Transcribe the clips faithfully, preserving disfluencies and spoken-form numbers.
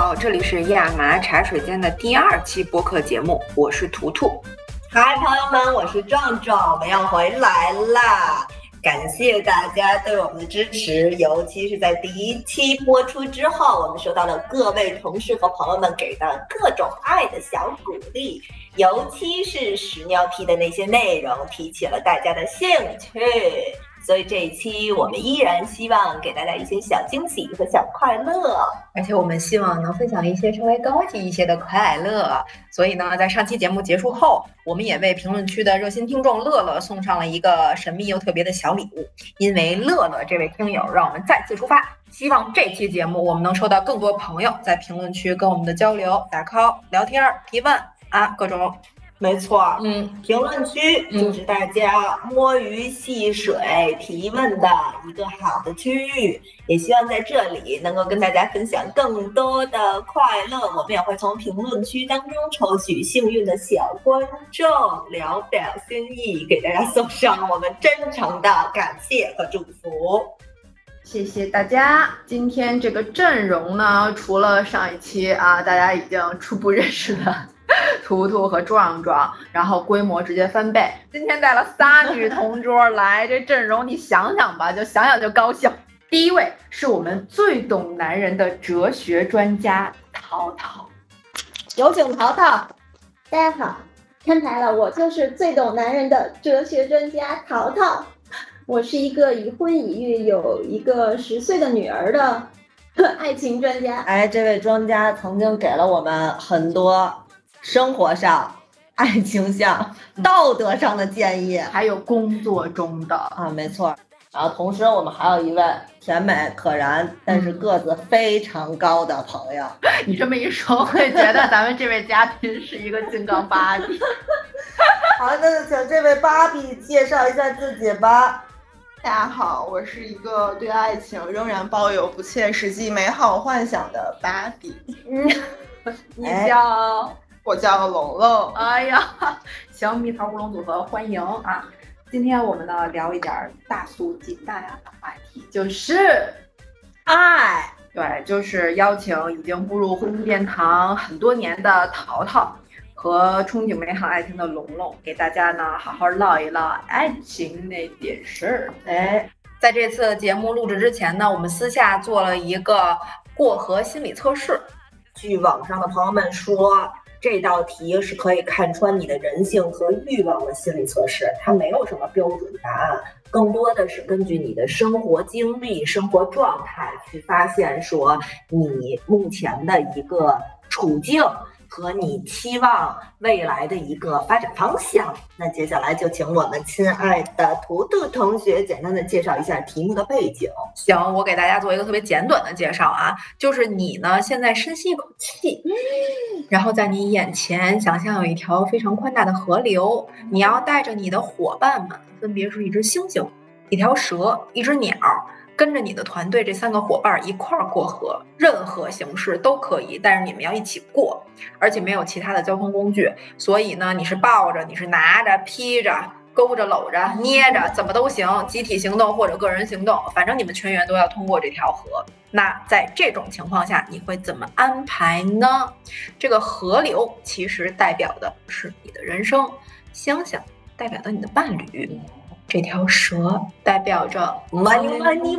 好，这里是亚麻茶水间的第二期播客节目，我是图图。 嗨，朋友们，我是壮壮，我们要回来啦！感谢大家对我们的支持，尤其是在第一期播出之后，我们收到了各位同事和朋友们给的各种爱的小鼓励，尤其是屎尿屁的那些内容提起了大家的兴趣。所以这一期我们依然希望给大家一些小惊喜和小快乐， 而且我们希望能分享一些稍微高级一些的快乐。所以呢，在上期节目结束后，我们也为评论区的热心听众乐乐送上了一个神秘又特别的小礼物。因为乐乐这位听友，让我们再次出发，希望这期节目我们能收到更多朋友在评论区跟我们的交流、打 call、聊天、提问啊，各种。 没错， 嗯， 评论区就是大家摸鱼戏水提问的一个好的区域，也希望在这里能够跟大家分享更多的快乐。我们也会从评论区当中抽取幸运的小观众，聊表心意，给大家送上我们真诚的感谢和祝福。 谢谢大家。今天这个阵容呢，除了上一期啊，大家已经初步认识的图图和壮壮，然后规模直接翻倍。今天带了仨女同桌来，这阵容你想想吧，就想想就高兴。第一位是我们最懂男人的哲学专家淘淘， 有请淘淘。 大家好，摊牌了，我就是最懂男人的哲学专家淘淘。我是一个已婚已育，有一个十岁的女儿的爱情专家。 哎，这位专家曾经给了我们很多生活上、爱情上、道德上的建议， 还有工作中的啊，没错。然后同时我们还有一位甜美可然，但是个子非常高的朋友。 你这么一说，会觉得咱们这位嘉宾是一个金刚芭比。 好，那就请这位芭比介绍一下自己吧。 大家好，我是一个对爱情仍然抱有不切实际美好幻想的芭比。 嗯，你叫？ 哎，我叫龙龙。 哎呀，行，蜜桃乌龙组合欢迎啊！今天我们呢聊一点大俗即大雅的话题，就是爱。 对，就是邀请已经步入婚姻殿堂很多年的淘淘和憧憬美好爱情的龙龙，给大家呢好好唠一唠爱情那点事儿。 哎，在这次节目录制之前呢，我们私下做了一个过河心理测试。 据网上的朋友们说，这道题是可以看穿你的人性和欲望的心理测试，它没有什么标准答案，更多的是根据你的生活经历、生活状态去发现说你目前的一个处境和你期望未来的一个发展方向。那接下来就请我们亲爱的图图同学简单的介绍一下题目的背景。 行，我给大家做一个特别简短的介绍啊，就是你呢现在深吸一口气，然后在你眼前想象有一条非常宽大的河流，你要带着你的伙伴们，分别是一只猩猩、一条蛇、一只鸟，跟着你的团队这三个伙伴一块儿过河，任何形式都可以，但是你们要一起过，而且没有其他的交通工具，所以呢，你是抱着，你是拿着、披着、勾着、搂着、捏着，怎么都行，集体行动或者个人行动，反正你们全员都要通过这条河。那在这种情况下，你会怎么安排呢？这个河流其实代表的是你的人生，星星代表的你的伴侣。这条蛇代表着 money money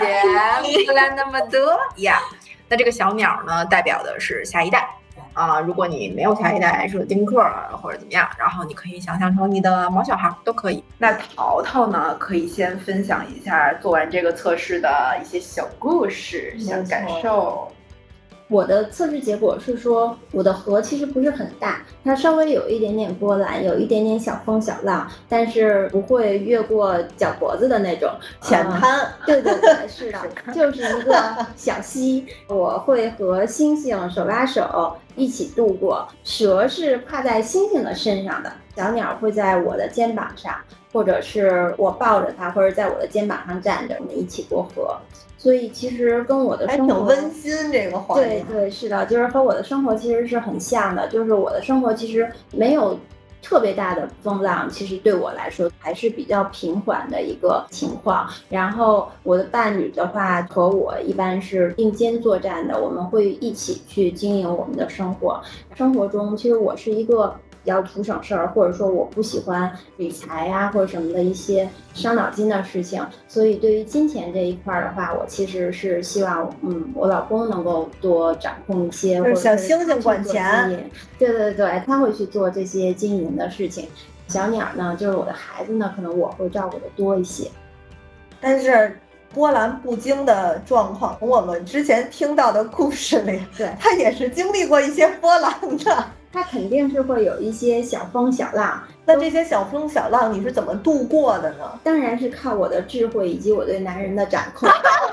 money， 钱来那么多呀。那这个小鸟呢，代表的是下一代啊。如果你没有下一代，是丁克或者怎么样，然后你可以想象成你的毛小孩都可以。 那淘淘呢，可以先分享一下做完这个测试的一些小故事、小感受。 我的测试结果是说，我的河其实不是很大，它稍微有一点点波澜，有一点点小风小浪，但是不会越过脚脖子的那种浅滩、 嗯。对对对，是的，就是一个小溪。我会和猩猩手拉手一起度过，蛇是跨在猩猩的身上的，小鸟会在我的肩膀上，或者是我抱着它，或者在我的肩膀上站着，我们一起过河。所以其实跟我的生活还挺温馨，这个画面。 对对，是的，就是和我的生活其实是很像的，就是我的生活其实没有特别大的风浪，其实对我来说还是比较平缓的一个情况。然后我的伴侣的话和我一般是并肩作战的，我们会一起去经营我们的生活。生活中其实我是一个比较图省事儿，或者说我不喜欢理财呀、啊、或者什么的一些伤脑筋的事情，所以对于金钱这一块的话，我其实是希望嗯我老公能够多掌控一些，或者小星星管钱， 对对对，他会去做这些经营的事情。小鸟呢，就是我的孩子呢，可能我会照顾的多一些。 但是波澜不惊的状况，从我们之前听到的故事里， 对， 他也是经历过一些波澜的。 它肯定是会有一些小风小浪， 那这些小风小浪你是怎么度过的呢？ 当然是靠我的智慧以及我对男人的掌控。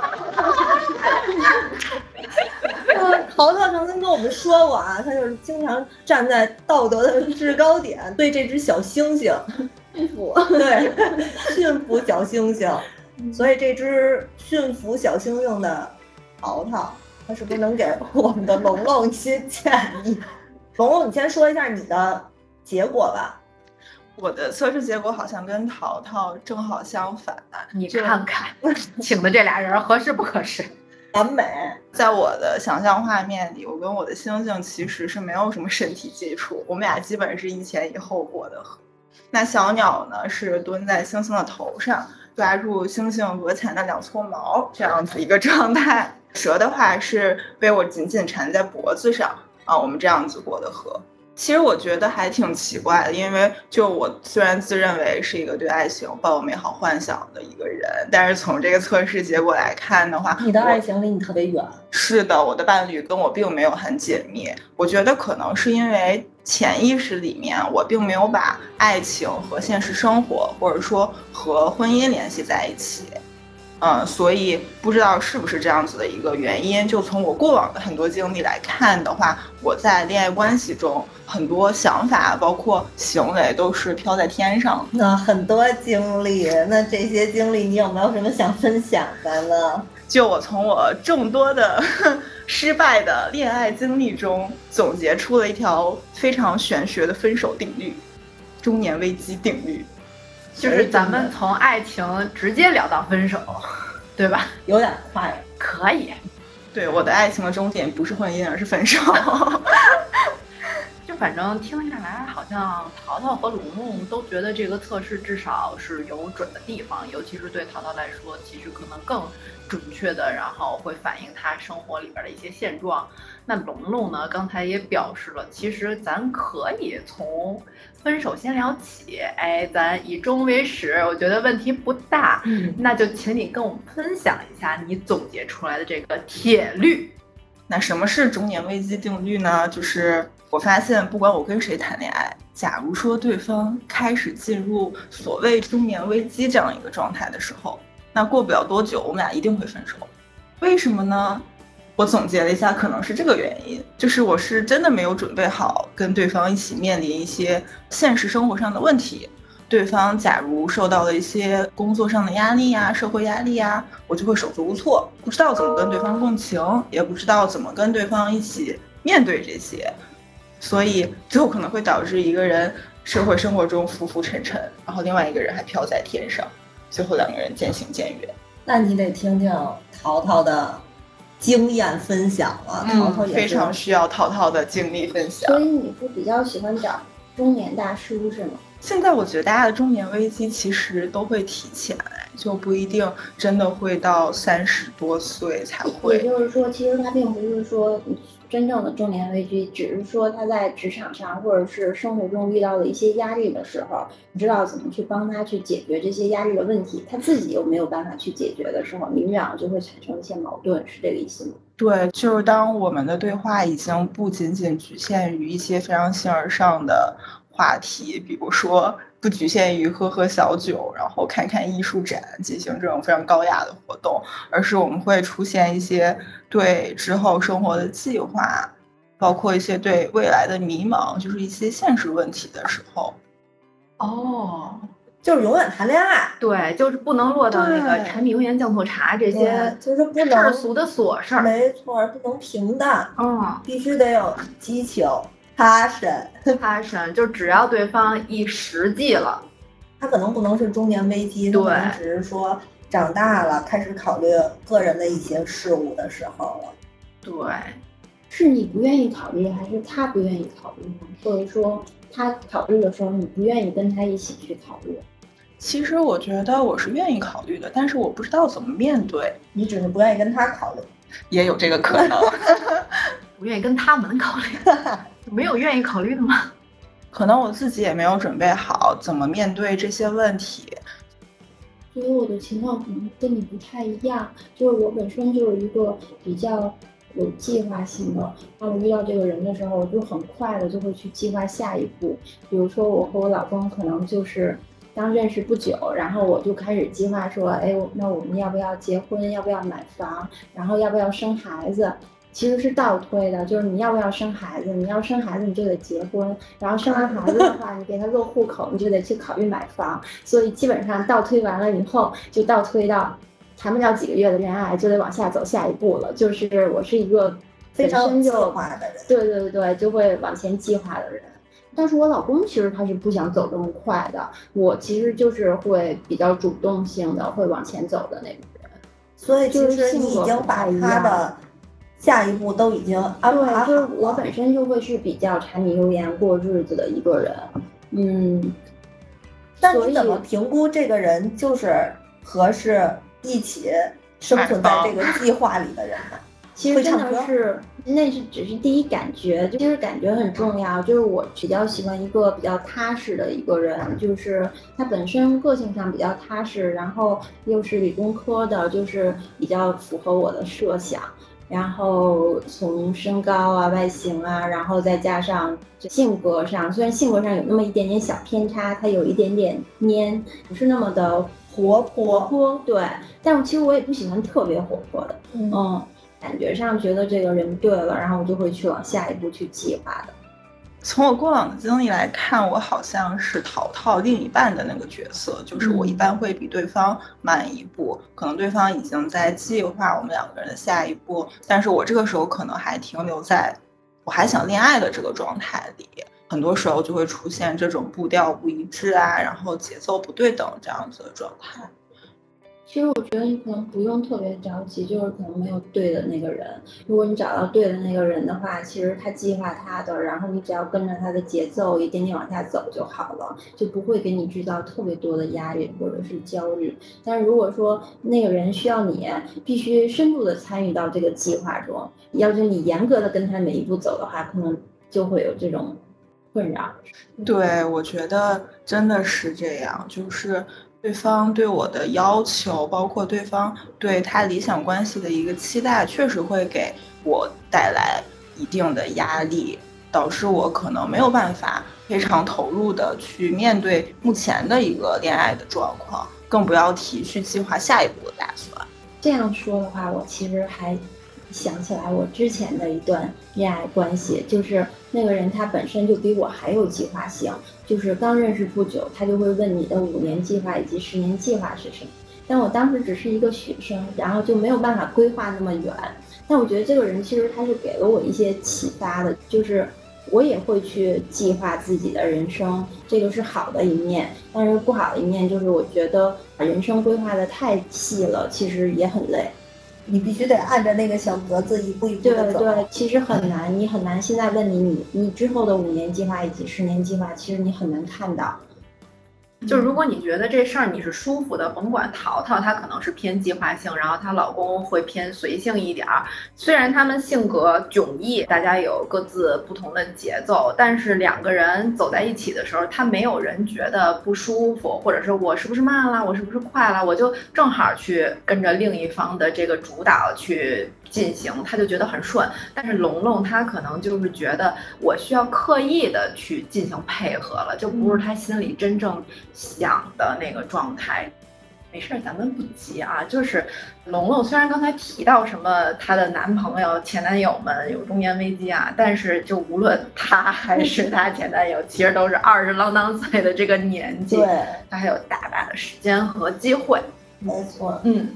淘淘曾经跟我们说过啊，他就是经常站在道德的制高点，对这只小星星驯服， 对，驯服小星星。所以这只驯服小星星的淘淘，他是不是能给我们的龙龙一些建议？龙龙，你先说一下你的结果吧。 我的测试结果好像跟淘淘正好相反， 你看看请的这俩人合适不合适？ 完美。 在我的想象画面里，我跟我的星星其实是没有什么身体接触，我们俩基本是一前一后过的河。那小鸟呢，是蹲在星星的头上，抓住星星额前的两撮毛，这样子一个状态。蛇的话是被我紧紧缠在脖子上啊，我们这样子过的河。其实我觉得还挺奇怪的，因为就我虽然自认为是一个对爱情抱有美好幻想的一个人，但是从这个测试结果来看的话， 你的爱情离你特别远。 是的，我的伴侣跟我并没有很紧密。我觉得可能是因为潜意识里面我并没有把爱情和现实生活或者说和婚姻联系在一起。嗯，所以不知道是不是这样子的一个原因。就从我过往的很多经历来看的话，我在恋爱关系中很多想法包括行为都是飘在天上的。 那很多经历，那这些经历你有没有什么想分享的呢？ 就我从我众多的失败的恋爱经历中总结出了一条非常玄学的分手定律，中年危机定律。 就是咱们从爱情直接聊到分手，对吧？ 有点快。 可以。 对，我的爱情的终点不是婚姻，而是分手。 就反正听下来，好像淘淘和龙龙都觉得这个测试至少是有准的地方，尤其是对淘淘来说，其实可能更准确的，然后会反映他生活里边的一些现状。那龙龙呢，刚才也表示了，其实咱可以从分手先聊起，哎，咱以终为始，我觉得问题不大。嗯，那就请你跟我们分享一下你总结出来的这个铁律。 那什么是中年危机定律呢？就是我发现不管我跟谁谈恋爱，假如说对方开始进入所谓中年危机这样一个状态的时候，那过不了多久我们俩一定会分手。为什么呢？我总结了一下，可能是这个原因，就是我是真的没有准备好跟对方一起面临一些现实生活上的问题。对方假如受到了一些工作上的压力呀、社会压力呀，我就会手足无措，不知道怎么跟对方共情，也不知道怎么跟对方一起面对这些，所以最后可能会导致一个人社会生活中浮浮沉沉，然后另外一个人还飘在天上，最后两个人渐行渐远。 那你得听听淘淘的经验分享了， 嗯、 淘淘也非常需要淘淘的经历分享。 所以你是比较喜欢找中年大叔是吗？ 现在我觉得大家的中年危机其实都会提前，就不一定真的会到三十多岁才会。 也就是说，其实他并不是说真正的中年危机，只是说他在职场上或者是生活中遇到了一些压力的时候，你知道怎么去帮他去解决这些压力的问题，他自己又没有办法去解决的时候，你们俩就会产生一些矛盾，是这个意思吗？ 对，就是当我们的对话已经不仅仅局限于一些非常形而上的话题，比如说不局限于喝喝小酒，然后看看艺术展，进行这种非常高雅的活动，而是我们会出现一些对之后生活的计划，包括一些对未来的迷茫，就是一些现实问题的时候。 哦， 就是永远谈恋爱， 对，就是不能落到那个柴米油盐酱醋茶这些就是不能世俗的琐事儿， 没错，不能平淡， 嗯， 必须得有激情。 passion passion 就只要对方一实际了， 他可能不能是中年危机， 对， 可能只是说长大了开始考虑个人的一些事物的时候了。 对， 是你不愿意考虑还是他不愿意考虑呢？或者说他考虑的时候你不愿意跟他一起去考虑？ 其实我觉得我是愿意考虑的，但是我不知道怎么面对。 你只是不愿意跟他考虑， 也有这个可能。 不愿意跟他们考虑，没有愿意考虑的吗？ 可能我自己也没有准备好怎么面对这些问题。 所以我的情况可能跟你不太一样，就是我本身就是一个比较有计划性的，当我遇到这个人的时候，我就很快的就会去计划下一步。比如说我和我老公可能就是刚认识不久，然后我就开始计划说，哎，那我们要不要结婚，要不要买房，然后要不要生孩子。其实是倒推的，就是你要不要生孩子，你要生孩子你就得结婚，然后生完孩子的话你给他落户口，你就得去考虑买房，所以基本上倒推完了以后就倒推到谈不了几个月的恋爱就得往下走下一步了。就是我是一个非常计就划的人， 对对对，就会往前计划的人。但是我老公其实他是不想走这么快的，我其实就是会比较主动性的会往前走的那种人。 所以其实你已经把他的下一步都已经安排好了。 对，就是我本身就会是比较柴米油盐过日子的一个人，嗯。 那你怎么评估这个人就是合适一起生存在这个计划里的人呢？ 其实真的是，那是只是第一感觉，就是感觉很重要。就是我比较喜欢一个比较踏实的一个人，就是他本身个性上比较踏实，然后又是理工科的，就是比较符合我的设想。然后从身高啊、外形啊，然后再加上性格上，虽然性格上有那么一点点小偏差，他有一点点蔫，不是那么的活泼， 活泼，对。但其实我也不喜欢特别活泼的， 嗯。 嗯，感觉上觉得这个人对了，然后我就会去往下一步去计划的。 从我过往的经历来看，我好像是讨套另一半的那个角色，就是我一般会比对方慢一步，可能对方已经在计划我们两个人的下一步，但是我这个时候可能还停留在我还想恋爱的这个状态里，很多时候就会出现这种步调不一致啊，然后节奏不对等这样子的状态。 其实我觉得你可能不用特别着急，就是可能没有对的那个人。如果你找到对的那个人的话，其实他计划他的，然后你只要跟着他的节奏一点点往下走就好了，就不会给你制造特别多的压力或者是焦虑。但是如果说那个人需要你必须深度的参与到这个计划中，要是你严格的跟他每一步走的话，可能就会有这种困扰。 对，我觉得真的是这样，就是对方对我的要求，包括对方对他理想关系的一个期待，确实会给我带来一定的压力，导致我可能没有办法非常投入的去面对目前的一个恋爱的状况，更不要提去计划下一步的打算。 这样说的话，我其实还想起来我之前的一段恋爱关系，就是那个人他本身就比我还有计划性，就是刚认识不久，他就会问你的五年计划以及十年计划是什么。但我当时只是一个学生，然后就没有办法规划那么远。但我觉得这个人其实他是给了我一些启发的，就是我也会去计划自己的人生，这个是好的一面。但是不好的一面就是我觉得把人生规划的太细了，其实也很累。 你必须得按照那个小格子一步一步的走。 对对，其实很难，你很难。现在问你，你你之后的五年计划以及十年计划，其实你很难看到。 就如果你觉得这事儿你是舒服的，甭管淘淘她可能是偏计划性，然后她老公会偏随性一点儿。虽然他们性格迥异，大家有各自不同的节奏，但是两个人走在一起的时候，他没有人觉得不舒服，或者是我是不是慢了，我是不是快了，我就正好去跟着另一方的这个主导去进行，他就觉得很顺。但是龙龙他可能就是觉得我需要刻意的去进行配合了，就不是他心里真正想的那个状态。没事，咱们不急啊。就是龙龙虽然刚才提到什么她的男朋友、前男友们有中年危机啊，但是就无论他还是他前男友，其实都是二十郎当岁的这个年纪， 对， 他还有大把的时间和机会。 没错， 嗯。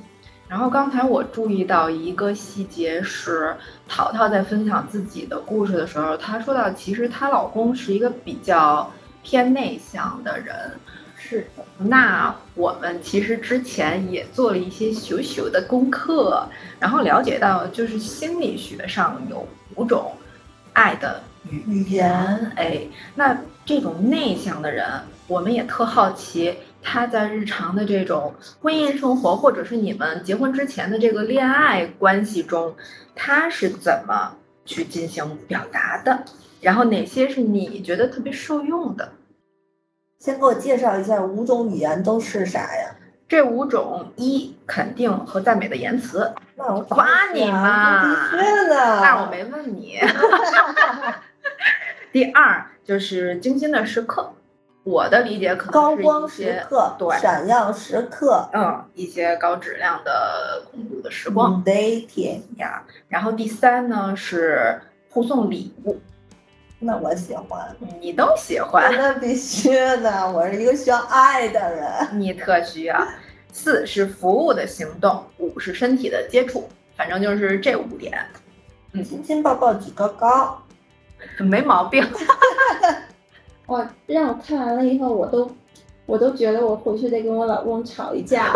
然后刚才我注意到一个细节是，淘淘在分享自己的故事的时候，她说到其实她老公是一个比较偏内向的人。 是的， 那我们其实之前也做了一些小小的功课，然后了解到就是心理学上有五种爱的语言。哎，那这种内向的人，我们也特好奇他在日常的这种婚姻生活，或者是你们结婚之前的这个恋爱关系中，他是怎么去进行表达的，然后哪些是你觉得特别受用的。 先给我介绍一下五种语言都是啥呀？ 这五种：一、肯定和赞美的言辞。 那我夸你嘛， 必须的。 但我没问你。第二就是精心的时刻，我的理解可能是高光一些时刻， 对， 闪耀时刻， 嗯，一些高质量的共度的时光。 对天呀。然后第三呢是互送礼物。 那我喜欢， 你都喜欢， 那必须的，我是一个需要爱的人， 你特需要。四是服务的行动，五是身体的接触，反正就是这五点。 嗯，亲亲抱抱举高高， 没毛病。 哇，让我看完了以后，我都我都觉得我回去得跟我老公吵一架，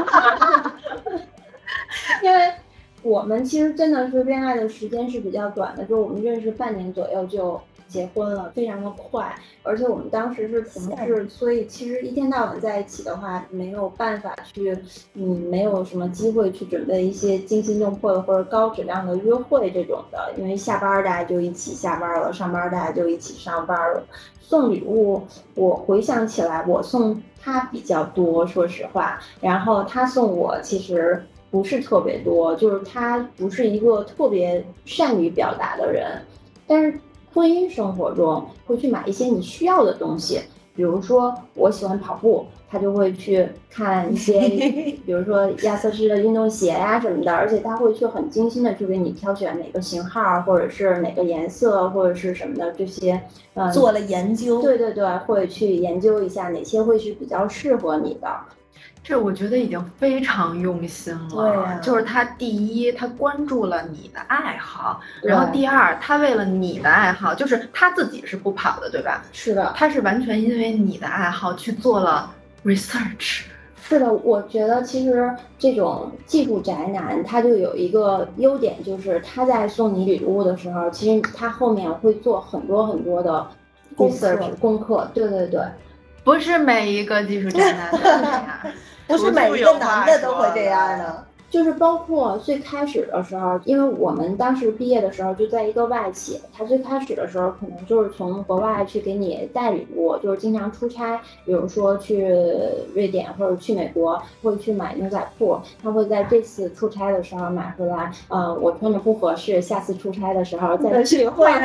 因为我们其实真的是恋爱的时间是比较短的，就我们认识半年左右就结婚了，非常的快，而且我们当时是同事，所以其实一天到晚在一起的话，没有办法去，嗯，没有什么机会去准备一些惊心动魄的或者高质量的约会这种的，因为下班大家就一起下班了，上班大家就一起上班了。送礼物，我回想起来，我送他比较多，说实话，然后他送我其实不是特别多，就是他不是一个特别善于表达的人，但是婚姻生活中会去买一些你需要的东西，比如说我喜欢跑步，他就会去看一些，比如说亚瑟士的运动鞋呀、啊、什么的，而且他会去很精心的去给你挑选哪个型号，或者是哪个颜色，或者是什么的这些，嗯， 做了研究。 对对对，会去研究一下哪些会是比较适合你的。 这我觉得已经非常用心了。 对呀、啊， 就是他第一，他关注了你的爱好，然后第二，他为了你的爱好，就是他自己是不跑的，对吧？ 是的， 他是完全因为你的爱好去做了 research。 是的，我觉得其实这种技术宅男他就有一个优点，就是他在送你礼物的时候，其实他后面会做很多很多的 research 功课。对对对， 不是每一个技术宅男都这样。 不是每一个男的都会这样的， 就是包括最开始的时候，因为我们当时毕业的时候就在一个外企，他最开始的时候可能就是从国外去给你带礼物，就是经常出差，比如说去瑞典或者去美国，会去买牛仔裤，他会在这次出差的时候买回来，呃，我穿着不合适，下次出差的时候再去换。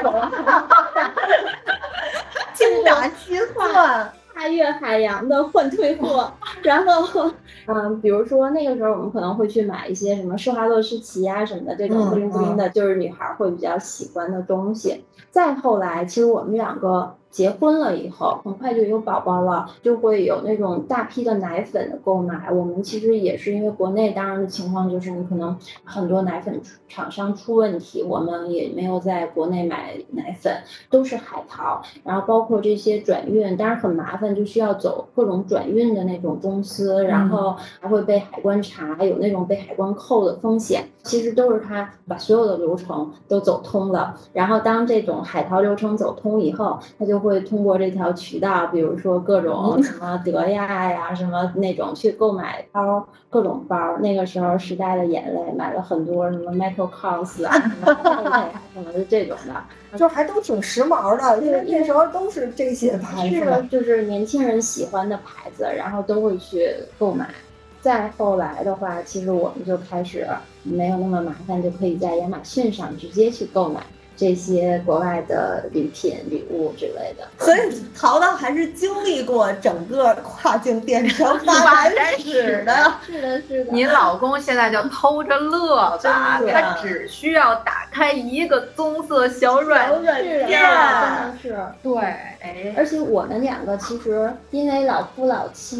精打细算。 跨越海洋的换退货，然后，嗯，比如说那个时候我们可能会去买一些什么施华洛世奇啊什么的这种布灵布灵的，就是女孩会比较喜欢的东西。再后来，其实我们两个结婚了以后，很快就有宝宝了，就会有那种大批的奶粉的购买。我们其实也是因为国内当然的情况就是你可能很多奶粉厂商出问题，我们也没有在国内买奶粉，都是海淘。然后包括这些转运，当然很麻烦，就需要走各种转运的那种公司，然后还会被海关查，有那种被海关扣的风险。其实都是他把所有的流程都走通了，然后当这种海淘流程走通以后，他就会通过这条渠道，比如说各种什么德亚呀，什么那种去购买包，各种包。那个时候时代的眼泪买了很多什么 Michael Kors 啊，什么什么的这种的， 就还都挺时髦的，因为那时候都是这些牌子， 是的，就是年轻人喜欢的牌子，然后都会去购买。再后来的话，其实我们就开始没有那么麻烦，就可以在亚马逊上直接去购买这些国外的礼品、礼物之类的。 所以淘淘还是经历过整个跨境电商发展史的。 是的，是的。 你老公现在就偷着乐吧，他只需要打开一个棕色小软件， 真的是对，哎， 而且我们两个其实因为老夫老妻。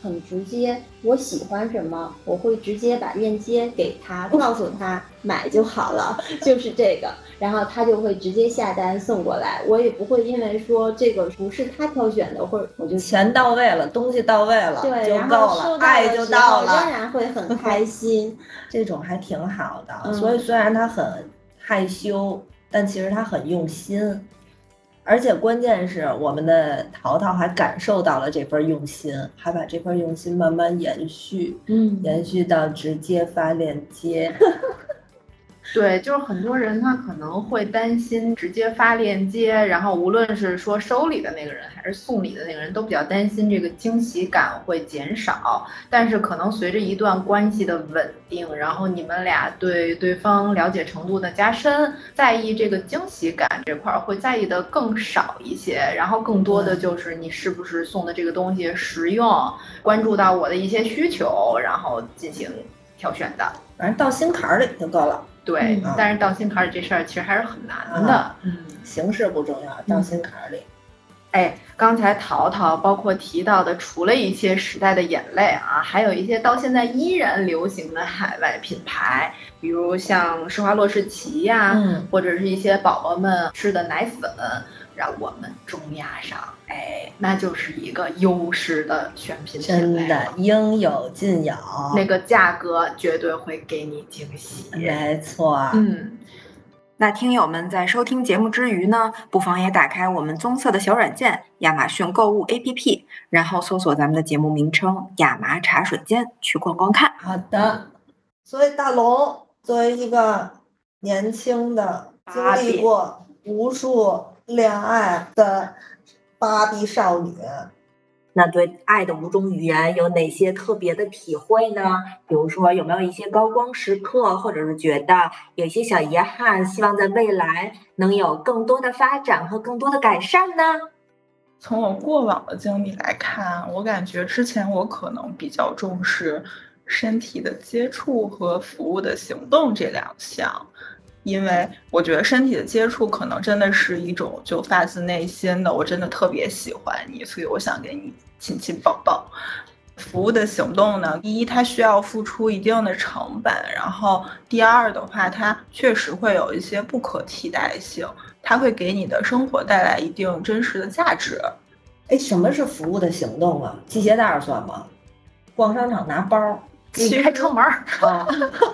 很直接，我喜欢什么，我会直接把链接给他，告诉他买就好了，就是这个，然后他就会直接下单送过来，我也不会因为说这个不是他挑选的，或者我就钱到位了，东西到位了， 对， 就然够了， 后收到爱就到了， 仍然会很开心。 这种还挺好的。 嗯、 所以虽然他很害羞，但其实他很用心。而且关键是我们的淘淘还感受到了这份用心，还把这份用心慢慢延续， 嗯， 延续到直接发链接。 对，就是很多人他可能会担心直接发链接，然后无论是说收礼的那个人还是送礼的那个人都比较担心这个惊喜感会减少，但是可能随着一段关系的稳定，然后你们俩对对方了解程度的加深，在意这个惊喜感这块会在意的更少一些，然后更多的就是你是不是送的这个东西实用，关注到我的一些需求，然后进行挑选的， 反正到心坎里就够了。 对、 嗯， 但是到心坎里这事儿其实还是很难的。 啊、嗯，形式不重要，到心坎里。 哎，刚才淘淘包括提到的，除了一些时代的眼泪啊，还有一些到现在依然流行的海外品牌，比如像施华洛世奇呀、啊嗯， 或者是一些宝宝们吃的奶粉，让我们中亚上，哎，那就是一个优势的选品品类， 真的应有尽有， 那个价格绝对会给你惊喜。 没错， 嗯。 那听友们在收听节目之余呢，不妨也打开我们棕色的小软件亚马逊购物 A P P， 然后搜索咱们的节目名称亚麻茶水间去逛逛看。 好的，所以大龙作为一个年轻的经历过无数恋爱的芭比少女，那对爱的五种语言有哪些特别的体会呢？比如说有没有一些高光时刻，或者是觉得有一些小遗憾，希望在未来能有更多的发展和更多的改善呢？ 从我过往的经历来看，我感觉之前我可能比较重视身体的接触和服务的行动这两项，因为我觉得身体的接触可能真的是一种就发自内心的，我真的特别喜欢你，所以我想给你亲亲抱抱。服务的行动呢，第一它需要付出一定的成本，然后第二的话它确实会有一些不可替代性，它会给你的生活带来一定真实的价值。 哎，什么是服务的行动啊？系鞋带算吗？逛商场拿包， 你开窗门啊。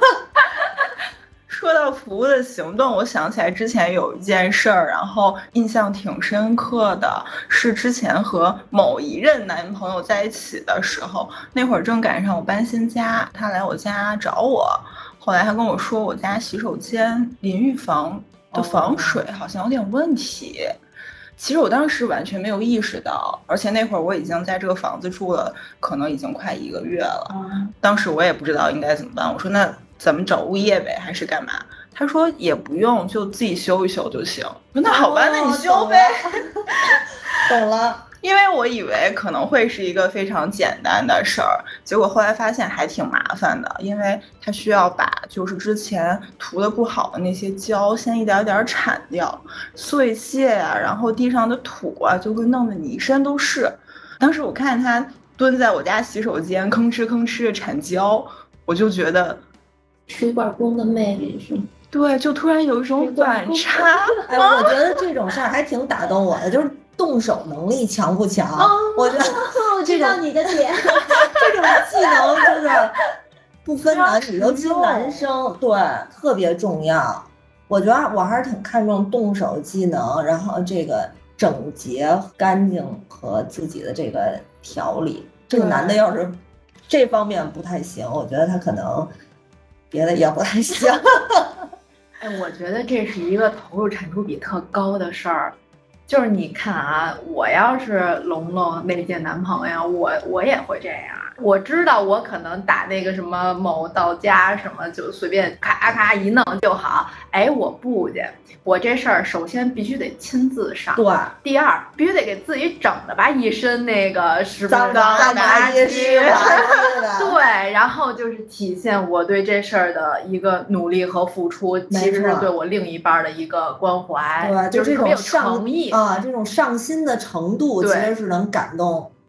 说到服务的行动，我想起来之前有一件事儿，然后印象挺深刻的，是之前和某一任男朋友在一起的时候，那会儿正赶上我搬新家，他来我家找我，后来他跟我说我家洗手间淋浴房的防水好像有点问题。哦，其实我当时完全没有意识到，而且那会儿我已经在这个房子住了，可能已经快一个月了。 嗯， 当时我也不知道应该怎么办，我说那咱们找物业呗，还是干嘛？他说也不用，就自己修一修就行。我说那好吧，那你修呗。 懂了。 因为我以为可能会是一个非常简单的事儿，结果后来发现还挺麻烦的，因为它需要把就是之前涂的不好的那些胶先一点点铲掉，碎屑呀、啊，然后地上的土啊就会弄得你一身都是。当时我看他蹲在我家洗手间吭哧吭哧的铲胶，我就觉得水管工的魅力是吗？ 对，就突然有一种反差。 哎，我觉得这种事儿还挺打动我的，就是动手能力强不强？哦、我觉得我知道你的点， 这种技能就是不分男女，尤其男生，对，特别重要。我觉得我还是挺看重动手技能，然后这个整洁、干净和自己的这个条理。这个男的要是这方面不太行，我觉得他可能别的也不太行。 哎，我觉得这是一个投入产出比特高的事儿。就是你看啊，我要是龙龙那届男朋友，我我也会这样。我知道我可能打那个什么某到家什么，就随便咔咔一弄就好。哎，我不去，我这事儿首先必须得亲自上， 对。 第二，必须得给自己整的吧一身那个湿脏脏的麻衣湿对，然后就是体现我对这事儿的一个努力和付出，其实是对我另一半的一个关怀， 对， 就是这种有诚意啊，这种上心的程度其实是能感动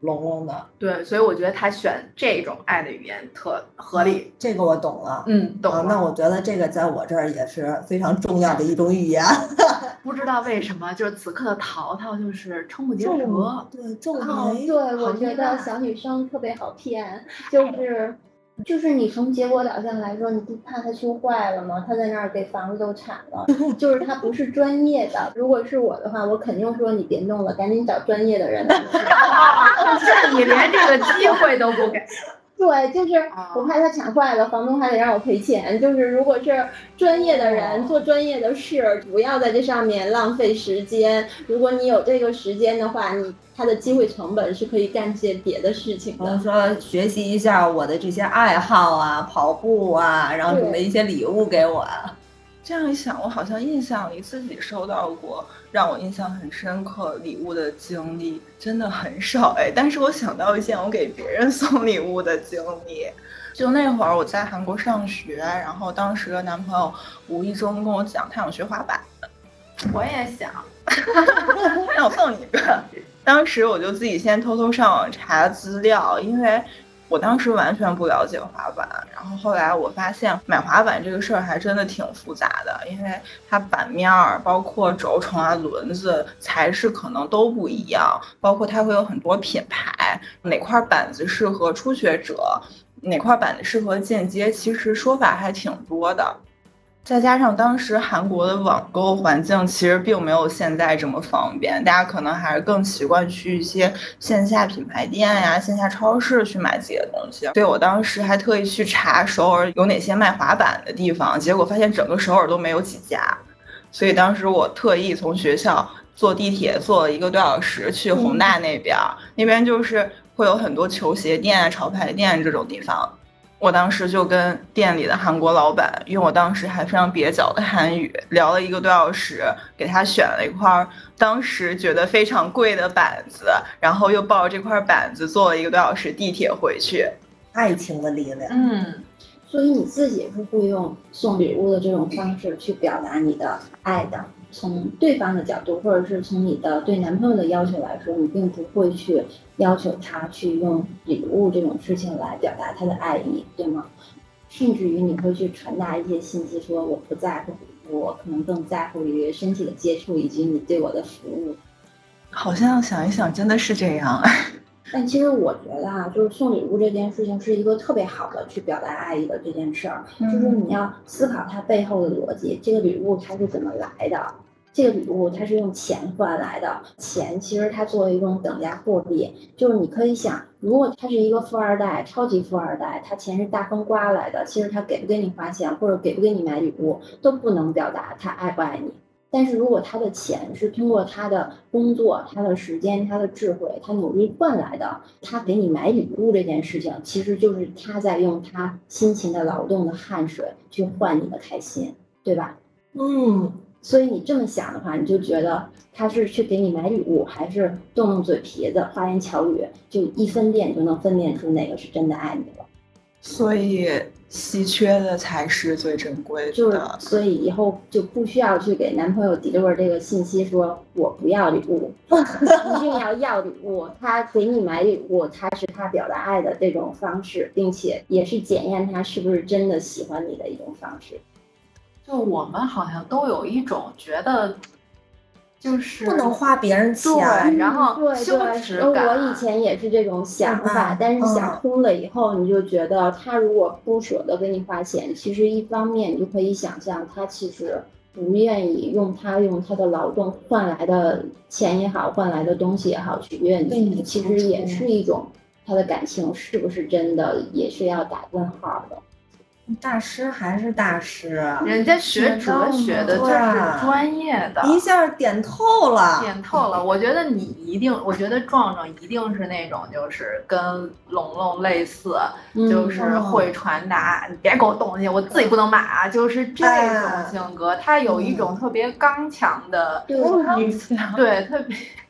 龙龙的。 对，所以我觉得他选这种爱的语言特合理。 嗯、这个我懂了， 嗯，懂了、 啊。那我觉得这个在我这儿也是非常重要的一种语言。 不知道为什么，就是此刻的淘淘就是瞠目结舌。 对，皱眉、 哦。对，我觉得小女生特别好骗，就是就是你从结果导向来说，你不怕他修坏了吗？他在那儿给房子都铲了，就是他不是专业的。如果是我的话，我肯定说你别弄了，赶紧找专业的人来。 是你连这个机会都不给。 对，就是我怕他铲坏了，房东还得让我赔钱。就是如果是专业的人做专业的事，不要在这上面浪费时间。如果你有这个时间的话，你他的机会成本是可以干些别的事情的。 比如说学习一下我的这些爱好啊，跑步啊，然后准备一些礼物给我啊。 这样一想，我好像印象里自己收到过让我印象很深刻礼物的经历真的很少哎。但是我想到一件我给别人送礼物的经历，就那会儿我在韩国上学，然后当时的男朋友无意中跟我讲他想学滑板。 我也想。 那我送你一个。当时我就自己先偷偷上网查资料，因为我当时完全不了解滑板，然后后来我发现买滑板这个事儿还真的挺复杂的，因为它板面儿包括轴承啊、轮子材质可能都不一样，包括它会有很多品牌，哪块板子适合初学者，哪块板子适合进阶，其实说法还挺多的。再加上当时韩国的网购环境其实并没有现在这么方便，大家可能还是更习惯去一些线下品牌店呀、线下超市去买自己的东西。所以我当时还特意去查首尔有哪些卖滑板的地方，结果发现整个首尔都没有几家。所以当时我特意从学校坐地铁坐了一个多小时去弘大那边，嗯、那边就是会有很多球鞋店、潮牌店这种地方。我当时就跟店里的韩国老板用我当时还非常蹩脚的韩语聊了一个多小时，给他选了一块当时觉得非常贵的板子，然后又抱着这块板子坐了一个多小时地铁回去。 爱情的力量。 嗯， 所以你自己是会用送礼物的这种方式去表达你的爱的。从对方的角度，或者是从你的对男朋友的要求来说，你并不会去要求他去用礼物这种事情来表达他的爱意，对吗？甚至于你会去传达一些信息，说我不在乎礼物，我可能更在乎于身体的接触以及你对我的服务。 好像想一想真的是这样。 但其实我觉得啊，就是送礼物这件事情是一个特别好的去表达爱意的这件事儿，嗯、就是你要思考它背后的逻辑，这个礼物它是怎么来的，这个礼物它是用钱换来的，钱其实它作为一种等价货币，就是你可以想，如果他是一个富二代，超级富二代，他钱是大风刮来的，其实他给不给你花钱或者给不给你买礼物都不能表达他爱不爱你。但是如果他的钱是通过他的工作、他的时间、他的智慧、他努力换来的，他给你买礼物这件事情，其实就是他在用他辛勤的劳动的汗水去换你的开心，对吧？ 嗯， 所以你这么想的话，你就觉得他是去给你买礼物，还是动动嘴皮子、花言巧语，就一分辨就能分辨出哪个是真的爱你了。 所以稀缺的才是最珍贵的， 就是所以以后就不需要去给男朋友 deliver 这个信息，说我不要礼物，一定要要礼物，他给你买礼物，他是他表达爱的这种方式，并且也是检验他是不是真的喜欢你的一种方式。 就我们好像都有一种觉得就是不能花别人钱， 对，然后羞对耻感。 我以前也是这种想法，嗯、但是想通了以后，你就觉得他如果不舍得给你花钱，其实一方面你就可以想象，他其实不愿意用他用他的劳动换来的钱也好，换来的东西也好取悦你，其实也是一种他的感情是不是真的，也是要打问号的。 大师还是大师， 人家学哲学的就是专业的， 一下点透了， 点透了。我觉得你一定，我觉得壮壮一定是那种就是跟龙龙类似，嗯、就是会传达，你别给我东西，我自己不能买啊，就是这种性格。哎、他有一种特别刚强的女性，对，特别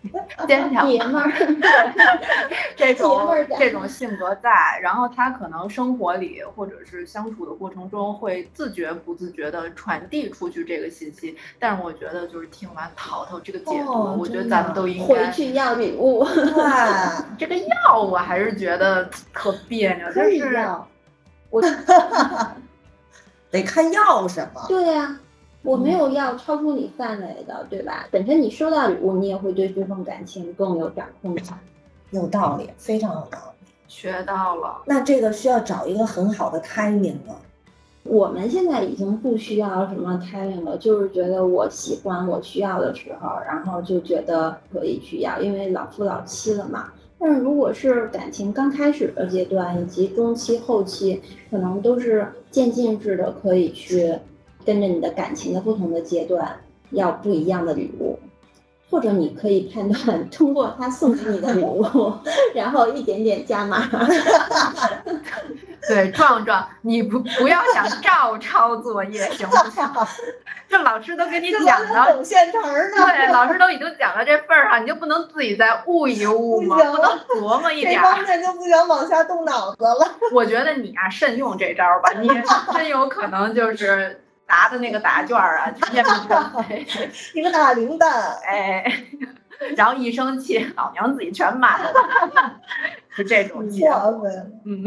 坚强爷们儿， 这种爷们儿感这种性格在，然后他可能生活里或者是相处的过程中会自觉不自觉的传递出去这个信息。但是我觉得就是听完淘淘这个解读， 哦我觉得咱们都应回该去要礼物， 对， 这个要我还是觉得特别扭， 可但是以要。我得看要什么。 对呀、我没有要超出你范围的，对吧？本身你收到礼物，你也会对这份感情更有掌控感。 有道理，非常有道理。 学到了。 那这个需要找一个很好的 timing 了。 我们现在已经不需要什么 timing 了，就是觉得我喜欢我需要的时候，然后就觉得可以去要，因为老夫老妻了嘛。但是如果是感情刚开始的阶段，以及中期、后期，可能都是渐进式的，可以去跟着你的感情的不同的阶段，要不一样的礼物。或者你可以判断，通过他送给你的礼物，然后一点点加码。 对，壮壮，你不不要想照抄作业，行不行？这老师都给你讲到， 等现成呢。 对，老师都已经讲到这份儿上，你就不能自己再悟一悟吗？ 不行不能琢磨一这点儿。 方面就不想往下动脑子了。 我觉得你啊，慎用这招吧，你真有可能就是答的那个答卷儿啊，念不出来。 一个大零蛋， 哎，然后一生气，老娘自己全买了，是这种结果。 破费了。 嗯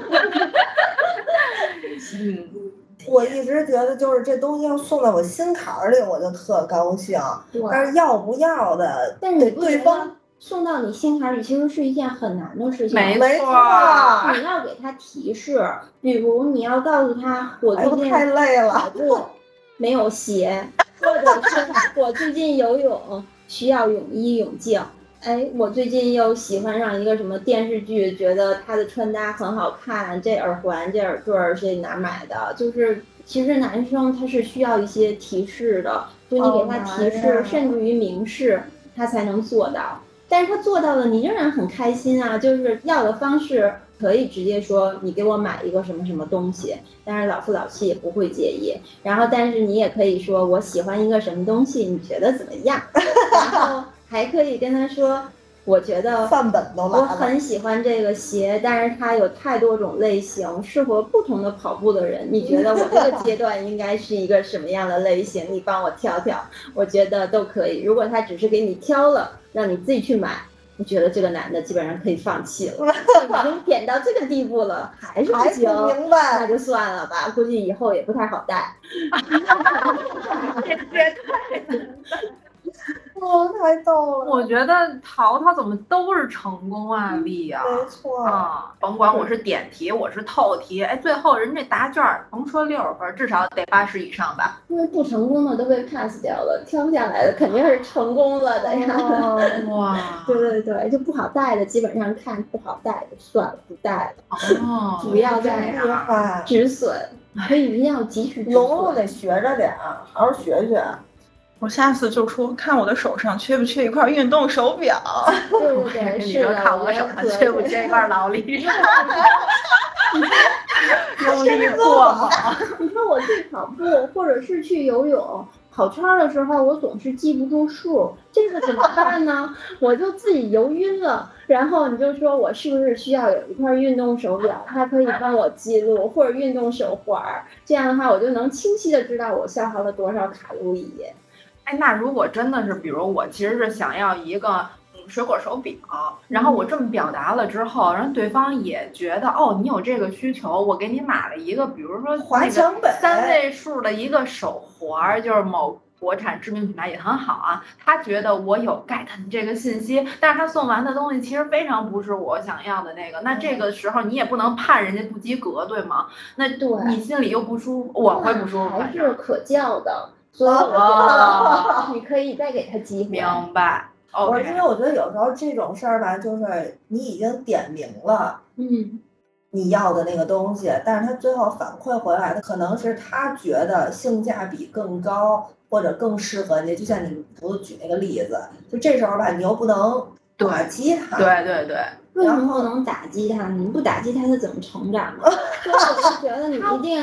嗯， 我一直觉得就是这东西要送到我心坎儿里，我就特高兴。但是要不要的， 但是对你不觉得对方送到你心坎里，其实是一件很难的事情。 没没错错， 你要给他提示，比如你要告诉他，我哎呦最近太累了。 跑步没有鞋，或者是我最近游泳需要泳衣泳镜。哎，我最近又喜欢上一个什么电视剧，觉得他的穿搭很好看，这耳环、这耳坠儿是哪儿买的？就是其实男生他是需要一些提示的，就你给他提示， 哦甚至于明示，他才能做到。但是他做到了，你仍然很开心啊！就是要的方式可以直接说你给我买一个什么什么东西，当然老夫老妻也不会介意。然后，但是你也可以说我喜欢一个什么东西，你觉得怎么样？然后还可以跟他说，我觉得范本都来我了。 很喜欢这个鞋，但是它有太多种类型，适合不同的跑步的人。你觉得我这个阶段应该是一个什么样的类型？你帮我挑挑，我觉得都可以。如果他只是给你挑了，让你自己去买，我觉得这个男的基本上可以放弃了。已经点到这个地步了，还是不还行， 不明那白。 就算了吧，估计以后也不太好带。 这这哇，太逗了。 我觉得淘淘怎么都是成功案例呀、 没错。 啊，甭管我是点题，我是透题，哎，最后人这答卷儿甭说六十分，至少得八十以上吧。 因为不成功的都被 pass 掉了，挑不下来的肯定是成功了的呀。 哦哇， 对对对，就不好带的，基本上看不好带就算了，不带了， 哦， 不要这再厉样。 害。 止损，所以一定要及时止龙龙损。 得学着点儿，好好学学。 我下次就说看我的手上缺不缺一块运动手表。 对对对， 跟你说是的， 看我手上缺不缺一块劳力士，用力过猛。 你说我去跑步或者是去游泳，跑圈的时候我总是记不住数，这个怎么办呢？我就自己游晕了。然后你就说我是不是需要有一块运动手表，它可以帮我记录，或者运动手环，这样的话我就能清晰的知道我消耗了多少卡路里。 哎，那如果真的是，比如我其实是想要一个嗯水果手表，然后我这么表达了之后，然后对方也觉得哦，你有这个需求，我给你买了一个，比如说华那个强北三位数的一个手环，就是某国产知名品牌也很好啊。他觉得我有 get 你这个信息，但是他送完的东西其实非常不是我想要的那个，那这个时候你也不能判人家不及格，对吗？那对你心里又不舒服，我会不舒服， 还反正是可教的，所以我觉哦得你可以再给他机会。 明白。 我 OK， 因为我觉得有时候这种事儿吧，就是你已经点明了嗯， 你要的那个东西，但是他最后反馈回来的可能是他觉得性价比更高或者更适合你，就像你不举那个例子，就这时候吧，你又不能打击他。 对对对。 为什么不能打击他？你不打击他，他怎么成长呢？所以我就觉得你一定要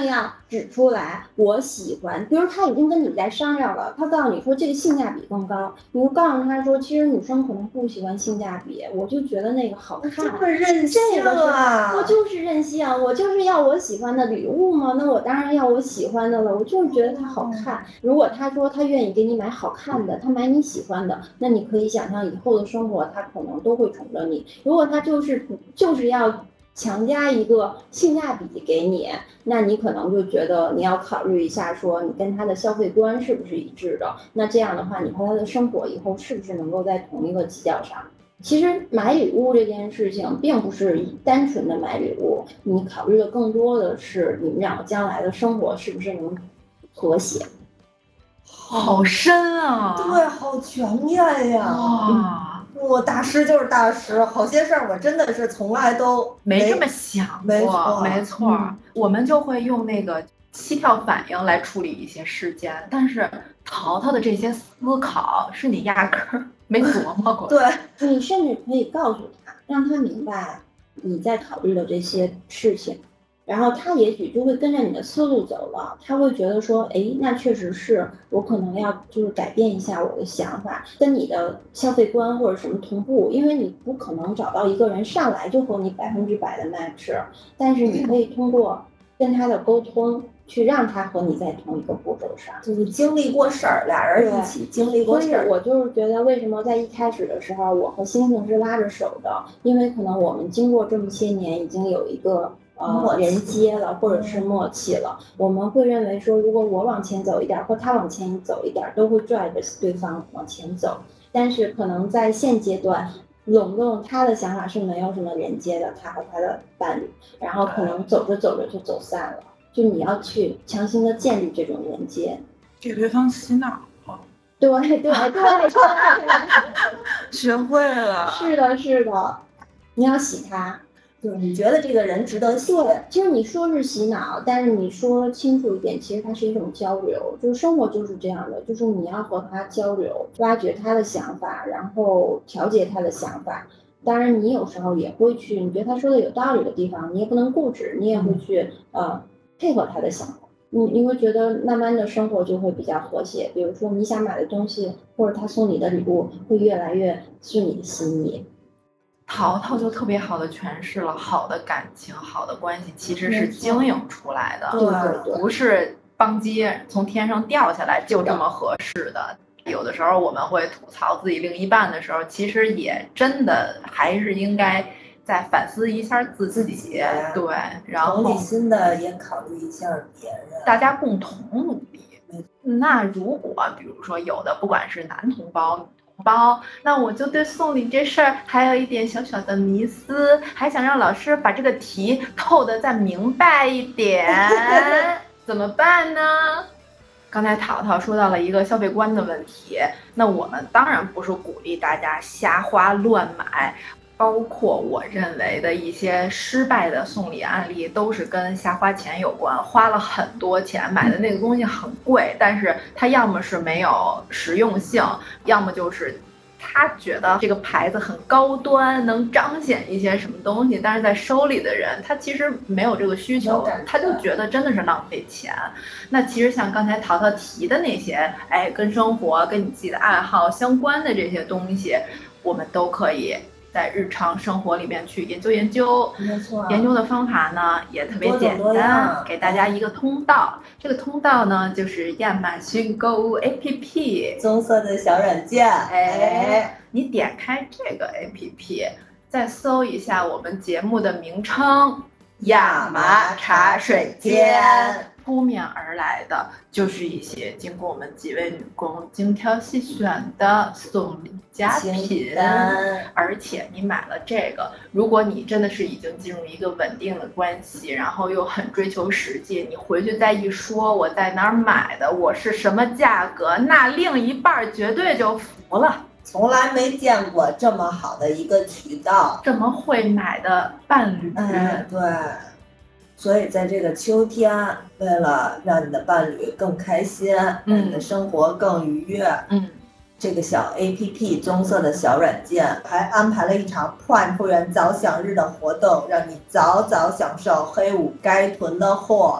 指出来我喜欢，比如他已经跟你在商量了，他告诉你说这个性价比更高，你就告诉他说其实女生可能不喜欢性价比，我就觉得那个好看， 这么任性啊！ 我就是任性，我就是要我喜欢的礼物嘛，那我当然要我喜欢的了，我就是觉得它好看。如果他说他愿意给你买好看的，他买你喜欢的，那你可以想象以后的生活他可能都会宠着你。如果他就是就是要强加一个性价比给你，那你可能就觉得你要考虑一下，说你跟他的消费观是不是一致的。那这样的话，你和他的生活以后是不是能够在同一个基调上？其实买礼物这件事情并不是单纯的买礼物，你考虑的更多的是你们两个将来的生活是不是能和谐。 好深啊！ 对，好全面呀！ 哇， 我大师就是大师，好些事儿我真的是从来都没这么想过， 没错， 没错、嗯，我们就会用那个膝跳反应来处理一些事件，但是淘淘的这些思考是你压根儿没琢磨过。 对， 你甚至可以告诉他，让他明白你在考虑的这些事情。然后他也许就会跟着你的思路走了，他会觉得说，哎，那确实是我可能要就是改变一下我的想法，跟你的消费观或者什么同步，因为你不可能找到一个人上来就和你百分之百的 match， 但是你可以通过跟他的沟通去让他和你在同一个步骤上， 就是经历过事儿，俩人一起经历过事儿。 我就是觉得为什么在一开始的时候，我和星星是拉着手的，因为可能我们经过这么些年已经有一个。呃，连接了，或者是默契了，我们会认为说，如果我往前走一点，或他往前走一点，都会拽着对方往前走。但是可能在现阶段，龙龙他的想法是没有什么连接的，他和他的伴侣，然后可能走着走着就走散了。就你要去强行的建立这种连接， 给对方洗脑。 对对对对， 学会了。 是的，是的，你要洗他。 就是你觉得这个人值得洗， 其实你说是洗脑，但是你说清楚一点，其实它是一种交流，就是生活就是这样的，就是你要和他交流，挖掘他的想法，然后调节他的想法。当然你有时候也会去，你觉得他说的有道理的地方，你也不能固执，你也会去呃配合他的想法。你你会觉得慢慢的生活就会比较和谐，比如说你想买的东西或者他送你的礼物会越来越是你的心意。 淘淘就特别好的诠释了，好的感情、好的关系其实是经营出来的， 对对对， 不是邦街从天上掉下来就这么合适的。有的时候我们会吐槽自己另一半的时候，其实也真的还是应该再反思一下自己，对，然后同理心的也考虑一下别人， 大家共同努力。那如果比如说有的不管是男同胞。包，那我就对送礼这事儿还有一点小小的迷思，还想让老师把这个题透得再明白一点，怎么办呢？刚才淘淘说到了一个消费观的问题，那我们当然不是鼓励大家瞎花乱买，包括我认为的一些失败的送礼案例都是跟瞎花钱有关，花了很多钱买的那个东西很贵，但是它要么是没有实用性，要么就是他觉得这个牌子很高端，能彰显一些什么东西，但是在收礼的人他其实没有这个需求，他就觉得真的是浪费钱。那其实像刚才淘淘提的那些，哎，跟生活跟你自己的爱好相关的这些东西，我们都可以在日常生活里面去研究研究。 没错， 研究的方法呢也特别简多多单，给大家一个通道。这个通道呢就是亚马逊购物 A P P 棕色的小软件。 哎，你点开这个 A P P， 再搜一下我们节目的名称亚麻茶水间。扑面而来的就是一些经过我们几位女工精挑细选的送礼佳品，而且你买了这个，如果你真的是已经进入一个稳定的关系，然后又很追求实际，你回去再一说我在哪儿买的，我是什么价格，那另一半绝对就服了。 从来没见过这么好的一个渠道， 这么会买的伴侣。 哎，对。所以在这个秋天，为了让你的伴侣更开心， 嗯、 让你的生活更愉悦， 嗯， 这个小 A P P 棕色的小软件还安排了一场 Prime 会员早享日的活动，让你早早享受黑五该囤的货，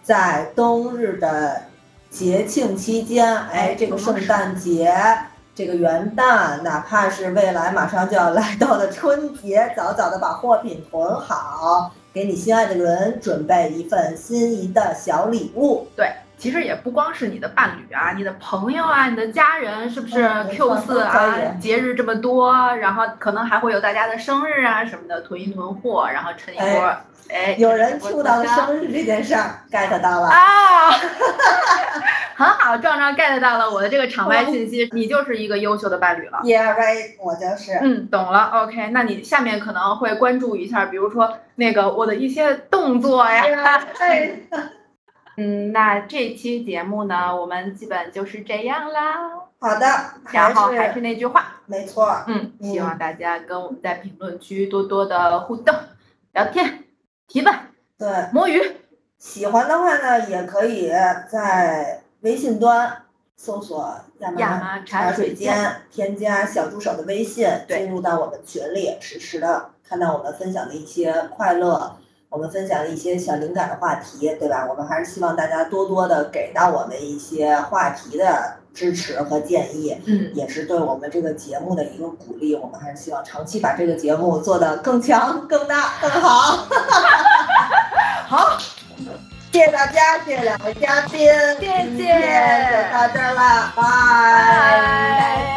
在冬日的节庆期间，哎，这个圣诞节。这个元旦，哪怕是未来马上就要来到的春节，早早的把货品囤好，给你心爱的人准备一份心仪的小礼物。 对，其实也不光是你的伴侣啊，你的朋友啊，你的家人，是不是 Q 四啊？节日这么多，然后可能还会有大家的生日啊什么的，囤一囤货，然后趁一波。哎哎，有人 Q 到了生日这件事儿 get 到了啊，很好，壮壮 get 到了我的这个场外信息，你就是一个优秀的伴侣了。 Yeah right， 我就是。 嗯，懂了。OK， 那你下面可能会关注一下，比如说那个我的一些动作呀。 对。 嗯，那这期节目呢，我们基本就是这样啦。 好的， 然后还是那句话， 没错。 嗯，希望大家跟我们在评论区多多的互动、聊天。提问， 对， 摸鱼， 喜欢的话呢，也可以在微信端搜索亚麻茶水间，添加小助手的微信，进入到我们群里，实时的看到我们分享的一些快乐，我们分享的一些小灵感的话题，对吧？我们还是希望大家多多的给到我们一些话题的支持和建议， 嗯， 也是对我们这个节目的一个鼓励。我们还是希望长期把这个节目做得更强、更大、更好。好，谢谢大家，谢谢两位嘉宾， 谢谢， 就到这儿了，拜拜。